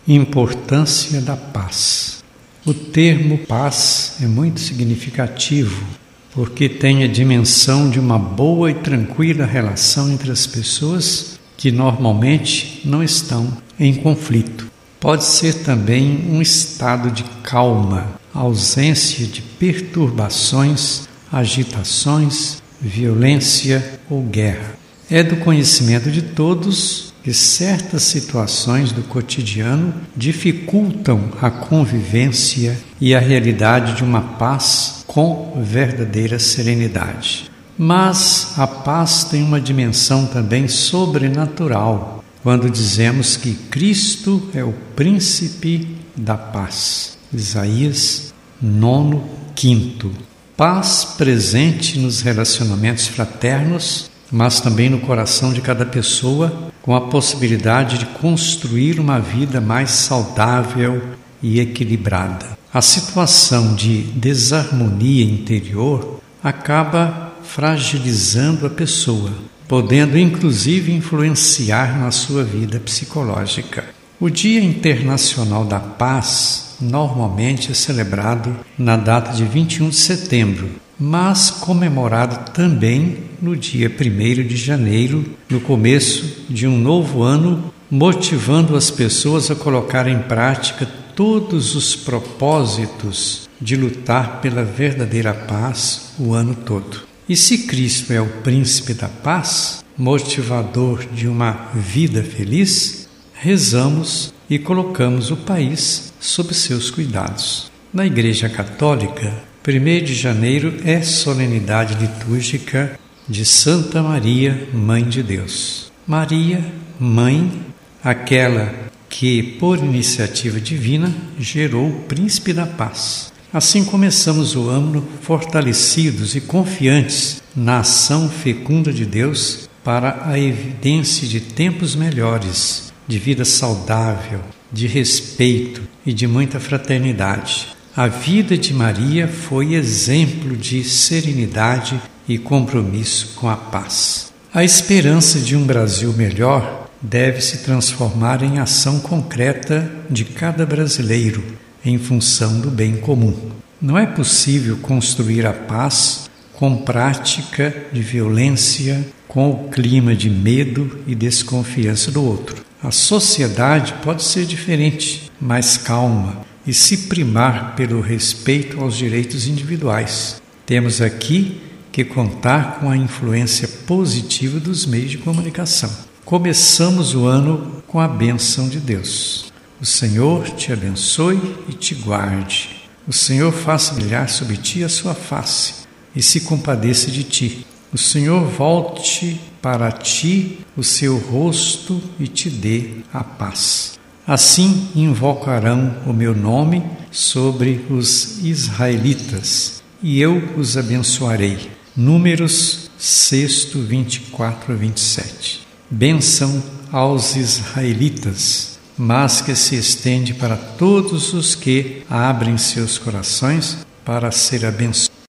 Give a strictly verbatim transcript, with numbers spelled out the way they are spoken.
Importância da paz. O termo paz é muito significativo, porque tem a dimensão de uma boa e tranquila relação entre as pessoas que normalmente não estão em conflito. Pode ser também um estado de calma, ausência de perturbações, agitações, violência ou guerra. É do conhecimento de todos que certas situações do cotidiano dificultam a convivência e a realidade de uma paz com verdadeira serenidade. Mas a paz tem uma dimensão também sobrenatural, quando dizemos que Cristo é o príncipe da paz. Isaías nove, quinto. Paz presente nos relacionamentos fraternos, mas também no coração de cada pessoa, com a possibilidade de construir uma vida mais saudável e equilibrada. A situação de desarmonia interior acaba fragilizando a pessoa, podendo inclusive influenciar na sua vida psicológica. O Dia Internacional da Paz normalmente é celebrado na data de vinte e um de setembro, mas comemorado também no dia primeiro de janeiro, no começo de um novo ano, motivando as pessoas a colocar em prática todos os propósitos de lutar pela verdadeira paz o ano todo. E se Cristo é o príncipe da paz, motivador de uma vida feliz, rezamos e colocamos o país sob seus cuidados. Na Igreja Católica, primeiro de janeiro é solenidade litúrgica de Santa Maria, Mãe de Deus. Maria, Mãe, aquela que, por iniciativa divina, gerou o Príncipe da Paz. Assim começamos o ano fortalecidos e confiantes na ação fecunda de Deus para a evidência de tempos melhores, de vida saudável, de respeito e de muita fraternidade. A vida de Maria foi exemplo de serenidade e compromisso com a paz. A esperança de um Brasil melhor deve se transformar em ação concreta de cada brasileiro, em função do bem comum. Não é possível construir a paz com prática de violência, com o clima de medo e desconfiança do outro. A sociedade pode ser diferente, mais calma, e se primar pelo respeito aos direitos individuais. Temos aqui que contar com a influência positiva dos meios de comunicação. Começamos o ano com a bênção de Deus. O Senhor te abençoe e te guarde. O Senhor faça brilhar sobre ti a sua face e se compadeça de ti. O Senhor volte para ti o seu rosto e te dê a paz. Assim invocarão o meu nome sobre os israelitas, e eu os abençoarei. Números seis, vinte e quatro a vinte e sete. Bênção aos israelitas, mas que se estende para todos os que abrem seus corações para ser abençoados.